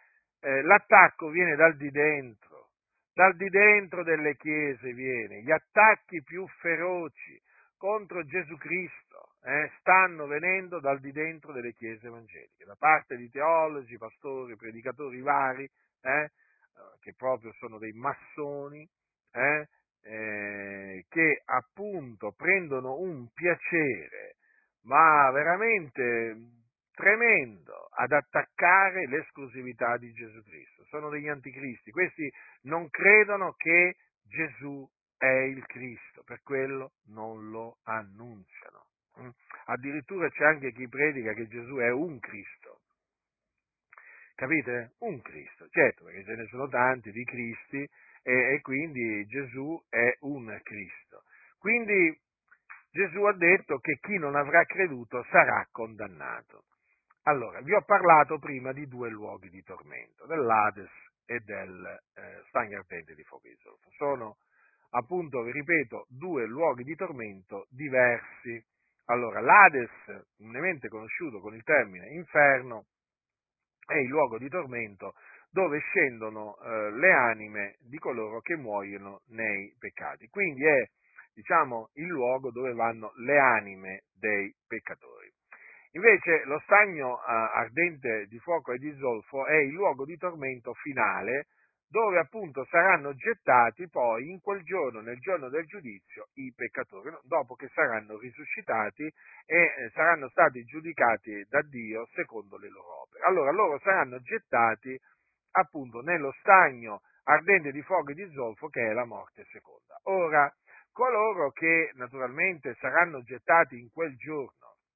eh, l'attacco viene dal di dentro, dal di dentro delle chiese viene, gli attacchi più feroci contro Gesù Cristo eh, stanno venendo dal di dentro delle chiese evangeliche, da parte di teologi, pastori, predicatori vari, eh, che proprio sono dei massoni, eh, eh, che appunto prendono un piacere, ma veramente tremendo, ad attaccare l'esclusività di Gesù Cristo. Sono degli anticristi, questi non credono che Gesù è il Cristo, per quello non lo annunciano. Mm? Addirittura c'è anche chi predica che Gesù è un Cristo. Capite? Un Cristo, certo, perché ce ne sono tanti di Cristi e, e quindi Gesù è un Cristo. Quindi Gesù ha detto che chi non avrà creduto sarà condannato. Allora, vi ho parlato prima di due luoghi di tormento, dell'Ades e del eh, stagno ardente di fuoco di zolfo. Sono, appunto, vi ripeto, due luoghi di tormento diversi. Allora, l'Ades, comunemente conosciuto con il termine inferno, è il luogo di tormento dove scendono eh, le anime di coloro che muoiono nei peccati. Quindi è, diciamo, il luogo dove vanno le anime dei peccatori. Invece lo stagno eh, ardente di fuoco e di zolfo è il luogo di tormento finale dove appunto saranno gettati poi in quel giorno, nel giorno del giudizio, i peccatori, dopo che saranno risuscitati e eh, saranno stati giudicati da Dio secondo le loro opere. Allora loro saranno gettati appunto nello stagno ardente di fuoco e di zolfo che è la morte seconda. Ora, coloro che naturalmente saranno gettati in quel giorno,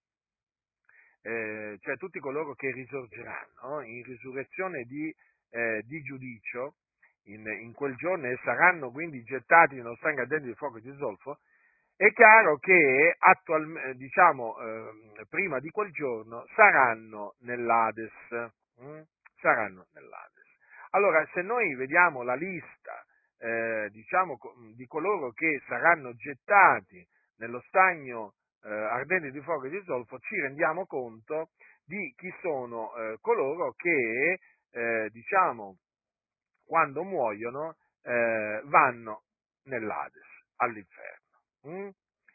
eh, cioè tutti coloro che risorgeranno in risurrezione di, eh, di giudicio, in, in quel giorno e saranno quindi gettati nello stagno ardente di fuoco e di zolfo, è chiaro che attualmente, diciamo, eh, prima di quel giorno saranno nell'Ades, hm? saranno nell'Ades. Allora, se noi vediamo la lista, eh, diciamo, di coloro che saranno gettati nello stagno eh, ardente di fuoco e di zolfo, ci rendiamo conto di chi sono eh, coloro che, eh, diciamo, quando muoiono eh, vanno nell'Ades, all'inferno. Mm?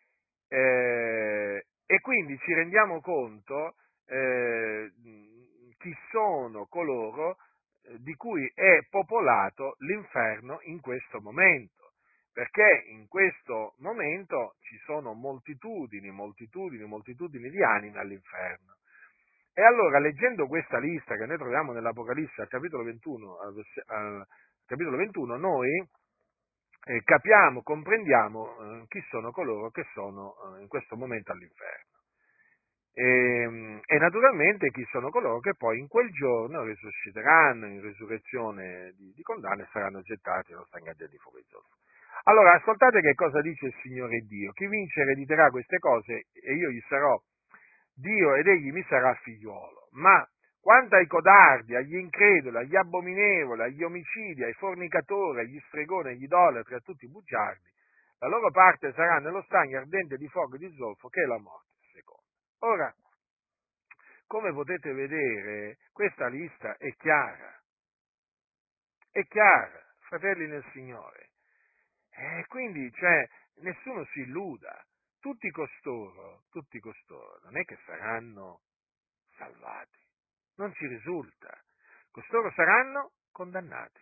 Eh, e quindi ci rendiamo conto eh, chi sono coloro eh, di cui è popolato l'inferno in questo momento, perché in questo momento ci sono moltitudini, moltitudini, moltitudini di anime all'inferno. E allora, leggendo questa lista che noi troviamo nell'Apocalisse al capitolo ventuno, al, al capitolo ventuno noi eh, capiamo, comprendiamo eh, chi sono coloro che sono eh, in questo momento all'inferno. E, e naturalmente chi sono coloro che poi in quel giorno risusciteranno in risurrezione di, di condanna e saranno gettati nello stagno ardente di fuoco e zolfo. Allora, ascoltate che cosa dice il Signore Dio. Chi vince erediterà queste cose e io gli sarò Dio ed egli mi sarà figliuolo. Ma quanto ai codardi, agli increduli, agli abominevoli, agli omicidi, ai fornicatori, agli stregoni, agli idolatri, a tutti i bugiardi, la loro parte sarà nello stagno ardente di fuoco e di zolfo che è la morte seconda. Ora, come potete vedere, questa lista è chiara, è chiara, fratelli nel Signore. E quindi, cioè, nessuno si illuda. Tutti costoro, tutti costoro, non è che saranno salvati. Non ci risulta. Costoro saranno condannati.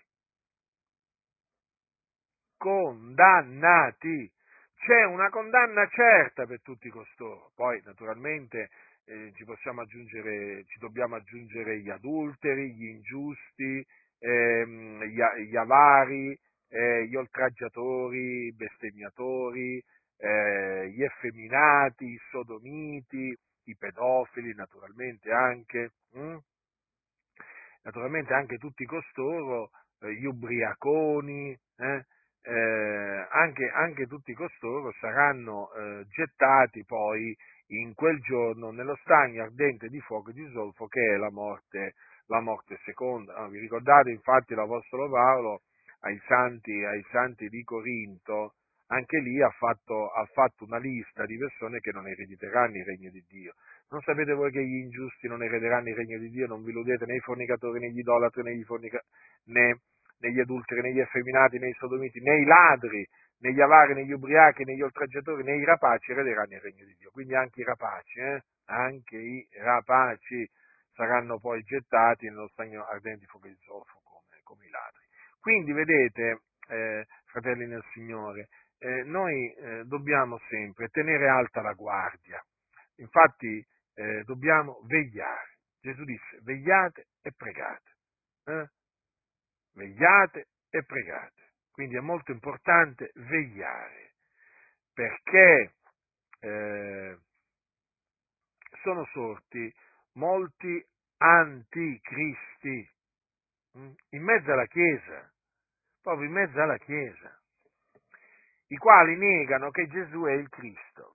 Condannati. C'è una condanna certa per tutti costoro. Poi, naturalmente, eh, ci possiamo aggiungere, ci dobbiamo aggiungere gli adulteri, gli ingiusti, ehm, gli, gli avari, eh, gli oltraggiatori, i bestemmiatori, eh, gli effeminati, i sodomiti, i pedofili, naturalmente anche. Hm? Naturalmente anche tutti costoro, eh, gli ubriaconi, eh, eh, anche, anche tutti costoro saranno eh, gettati poi in quel giorno nello stagno ardente di fuoco e di zolfo che è la morte, la morte seconda. No? Vi ricordate infatti l'Apostolo Paolo ai santi, ai santi di Corinto anche lì ha fatto, ha fatto una lista di persone che non erediteranno il regno di Dio. Non sapete voi che gli ingiusti non erederanno il regno di Dio? Non vi illudete, né i fornicatori, né gli idolatri, né, gli fornica- né, né gli adulteri, né gli effeminati, né i sodomiti, né i ladri, né gli avari, né gli ubriachi, né gli oltraggiatori, né i rapaci erederanno il regno di Dio. Quindi anche i rapaci, eh? Anche i rapaci saranno poi gettati nello stagno ardente di fuoco e di zolfo come, come i ladri. Quindi vedete, eh, fratelli nel Signore, eh, noi eh, dobbiamo sempre tenere alta la guardia. Infatti eh, dobbiamo vegliare. Gesù disse: vegliate e pregate. Eh? Vegliate e pregate. Quindi è molto importante vegliare, perché eh, sono sorti molti anticristi mh, in mezzo alla Chiesa, proprio in mezzo alla Chiesa, i quali negano che Gesù è il Cristo.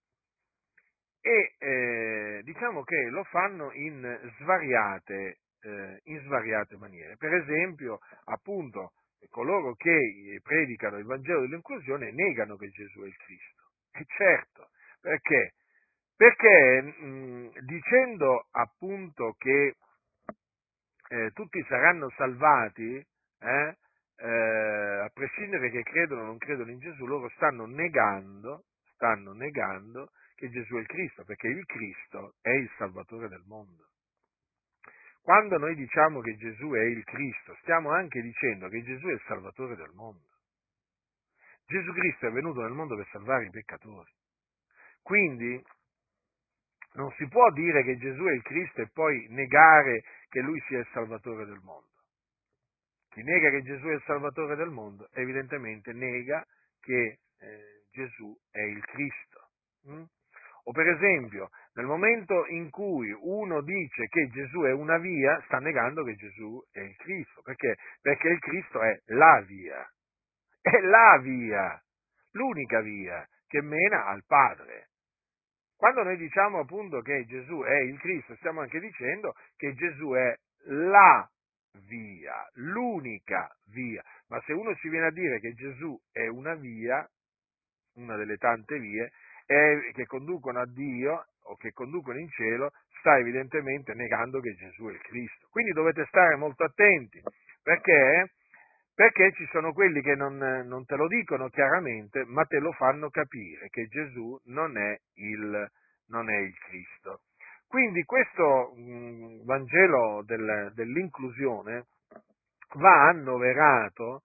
E eh, diciamo che lo fanno in svariate, eh, in svariate maniere. Per esempio, appunto, coloro che predicano il Vangelo dell'inclusione negano che Gesù è il Cristo. E certo, perché? Perché mh, dicendo appunto che eh, tutti saranno salvati, eh, eh, a prescindere che credono o non credono in Gesù, loro stanno negando, stanno negando che Gesù è il Cristo, perché il Cristo è il Salvatore del mondo. Quando noi diciamo che Gesù è il Cristo, stiamo anche dicendo che Gesù è il Salvatore del mondo. Gesù Cristo è venuto nel mondo per salvare i peccatori. Quindi non si può dire che Gesù è il Cristo e poi negare che Lui sia il Salvatore del mondo. Chi nega che Gesù è il Salvatore del mondo, evidentemente nega che eh, Gesù è il Cristo. Mm? O per esempio, nel momento in cui uno dice che Gesù è una via, sta negando che Gesù è il Cristo. Perché? Perché il Cristo è la via. È la via, l'unica via che mena al Padre. Quando noi diciamo appunto che Gesù è il Cristo, stiamo anche dicendo che Gesù è la via, l'unica via. Ma se uno ci viene a dire che Gesù è una via, una delle tante vie, eh, che conducono a Dio o che conducono in cielo, sta evidentemente negando che Gesù è il Cristo. Quindi dovete stare molto attenti, perché, perché ci sono quelli che non, non te lo dicono chiaramente, ma te lo fanno capire che Gesù non è il, non è il Cristo. Quindi questo mh, Vangelo del, dell'inclusione va annoverato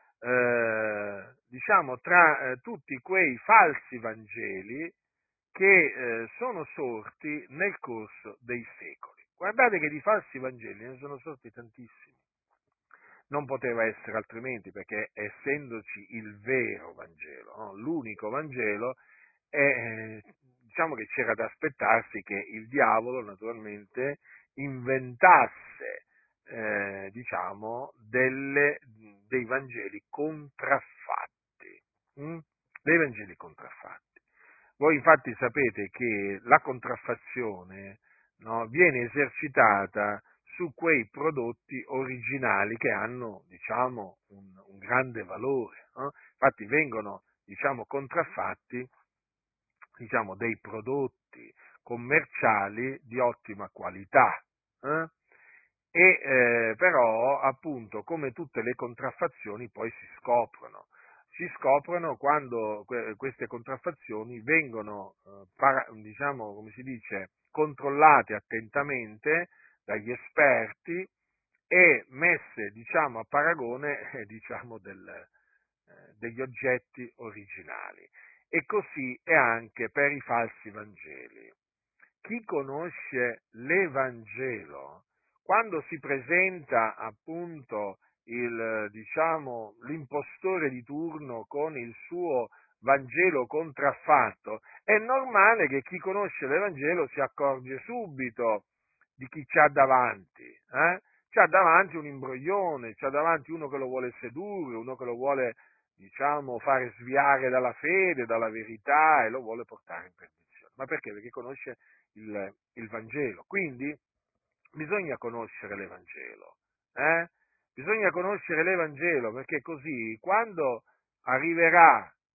eh, diciamo, tra eh, tutti quei falsi Vangeli che eh, sono sorti nel corso dei secoli. Guardate che di falsi Vangeli ne sono sorti tantissimi. Non poteva essere altrimenti, perché essendoci il vero Vangelo, no? L'unico Vangelo, eh, diciamo che c'era da aspettarsi che il diavolo naturalmente inventasse eh, diciamo, delle, dei Vangeli contraffatti, hm? dei Vangeli contraffatti. Voi infatti sapete che la contraffazione, no, viene esercitata su quei prodotti originali che hanno, diciamo, un, un grande valore. No? Infatti vengono, diciamo, contraffatti, diciamo, dei prodotti commerciali di ottima qualità. Eh? E eh, però, appunto, come tutte le contraffazioni, poi si scoprono. Si scoprono quando que- queste contraffazioni vengono, eh, para- diciamo, come si dice, controllate attentamente dagli esperti e messe, diciamo, a paragone, eh, diciamo, del, eh, degli oggetti originali. E così è anche per i falsi Vangeli. Chi conosce l'Evangelo, quando si presenta appunto il, diciamo, l'impostore di turno con il suo Vangelo contraffatto, è normale che chi conosce l'Evangelo si accorge subito di chi c'ha davanti. Eh? C'ha davanti un imbroglione, c'ha davanti uno che lo vuole sedurre, uno che lo vuole, diciamo, fare sviare dalla fede, dalla verità e lo vuole portare in perdizione. Ma perché? Perché conosce il, il Vangelo. Quindi bisogna conoscere l'Evangelo. Eh? Bisogna conoscere l'Evangelo perché così quando arriverà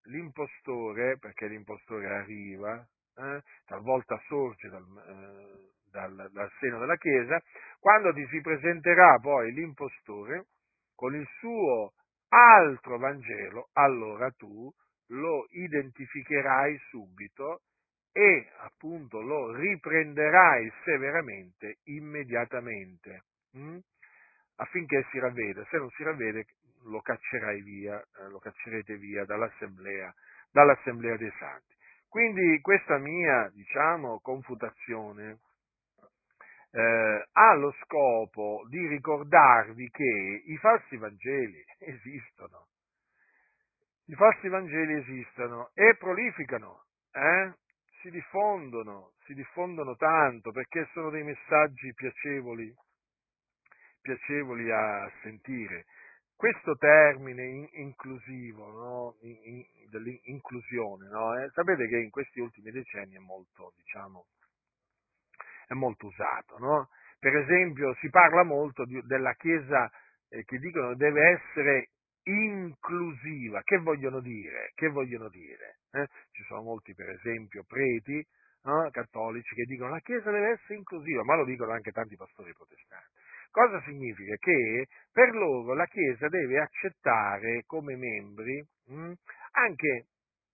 l'impostore, perché l'impostore arriva, eh, talvolta sorge dal, eh, dal, dal seno della Chiesa, quando ti si presenterà poi l'impostore con il suo altro Vangelo, allora tu lo identificherai subito e appunto lo riprenderai severamente immediatamente, hm? affinché si ravveda. Se non si ravvede lo caccerai via, eh, lo caccerete via dall'assemblea, dall'assemblea dei santi. Quindi questa mia, diciamo, confutazione eh, ha lo scopo di ricordarvi che i falsi Vangeli esistono, i falsi Vangeli esistono e prolificano, eh? si diffondono, si diffondono tanto perché sono dei messaggi piacevoli, piacevoli a sentire. Questo termine in- inclusivo, no? in, in, dell'inclusione, no? eh? sapete che in questi ultimi decenni è molto, diciamo, è molto usato, no? Per esempio si parla molto di- della Chiesa eh, che dicono deve essere inclusiva. Che vogliono dire? Che vogliono dire? Eh? Ci sono molti, per esempio, preti no? cattolici che dicono la Chiesa deve essere inclusiva, ma lo dicono anche tanti pastori protestanti. Cosa significa? Che per loro la Chiesa deve accettare come membri mh, anche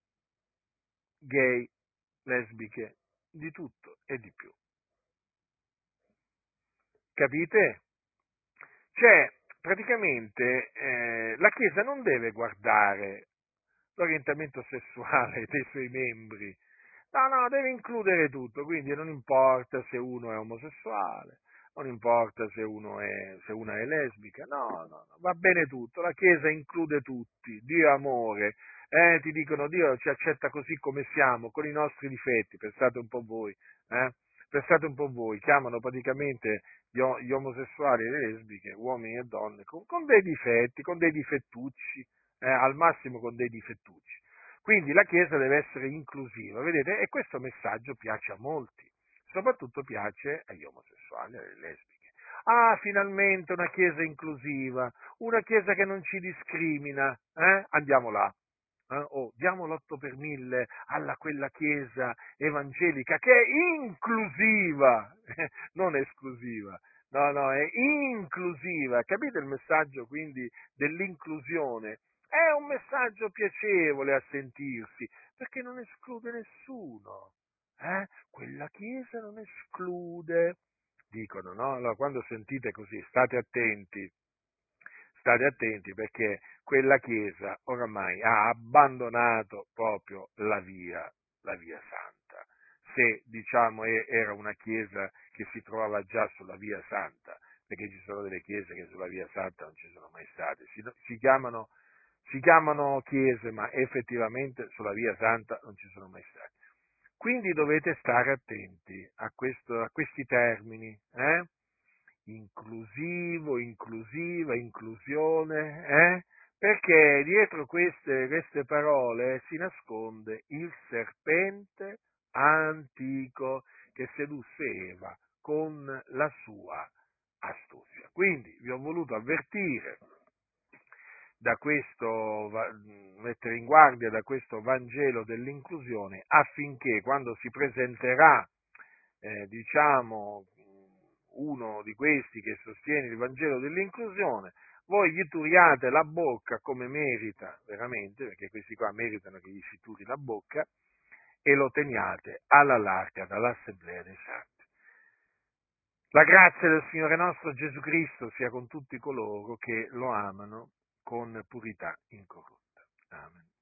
gay, lesbiche, di tutto e di più. Capite? Cioè, praticamente eh, la Chiesa non deve guardare l'orientamento sessuale dei suoi membri, no, no, deve includere tutto, quindi non importa se uno è omosessuale, non importa se uno è, se una è lesbica, no, no, no, va bene tutto, la Chiesa include tutti, Dio è amore, eh, ti dicono Dio ci accetta così come siamo, con i nostri difetti, pensate un po' voi, eh? Pensate un po' voi, chiamano praticamente gli, o- gli omosessuali e le lesbiche, uomini e donne, con, con dei difetti, con dei difettucci, eh, al massimo con dei difettucci. Quindi la Chiesa deve essere inclusiva, vedete? E questo messaggio piace a molti, soprattutto piace agli omosessuali e alle lesbiche. Ah, finalmente una Chiesa inclusiva, una Chiesa che non ci discrimina, eh? Andiamo là. Eh? Oh, diamo l'otto per mille alla quella Chiesa evangelica che è inclusiva, non esclusiva. No, no, è inclusiva. Capite il messaggio quindi dell'inclusione? È un messaggio piacevole a sentirsi, perché non esclude nessuno. Eh? Quella Chiesa non esclude. Dicono, no? Allora, quando sentite così, state attenti, state attenti perché quella Chiesa oramai ha abbandonato proprio la via, la via santa. Se, diciamo, era una Chiesa che si trovava già sulla via santa, perché ci sono delle chiese che sulla via santa non ci sono mai state, si, si chiamano si chiamano chiese, ma effettivamente sulla via santa non ci sono mai stati. Quindi dovete stare attenti a, questo, a questi termini, eh? Inclusivo, inclusiva, inclusione, eh? Perché dietro queste, queste parole si nasconde il serpente antico che sedusse Eva con la sua astuzia. Quindi vi ho voluto avvertire da questo, mettere in guardia da questo Vangelo dell'inclusione affinché quando si presenterà, eh, diciamo, uno di questi che sostiene il Vangelo dell'inclusione, voi gli turiate la bocca come merita veramente, perché questi qua meritano che gli si turi la bocca, e lo teniate alla larga dall'assemblea dei santi. La grazia del Signore nostro Gesù Cristo sia con tutti coloro che lo amano con purità incorrotta. Amen.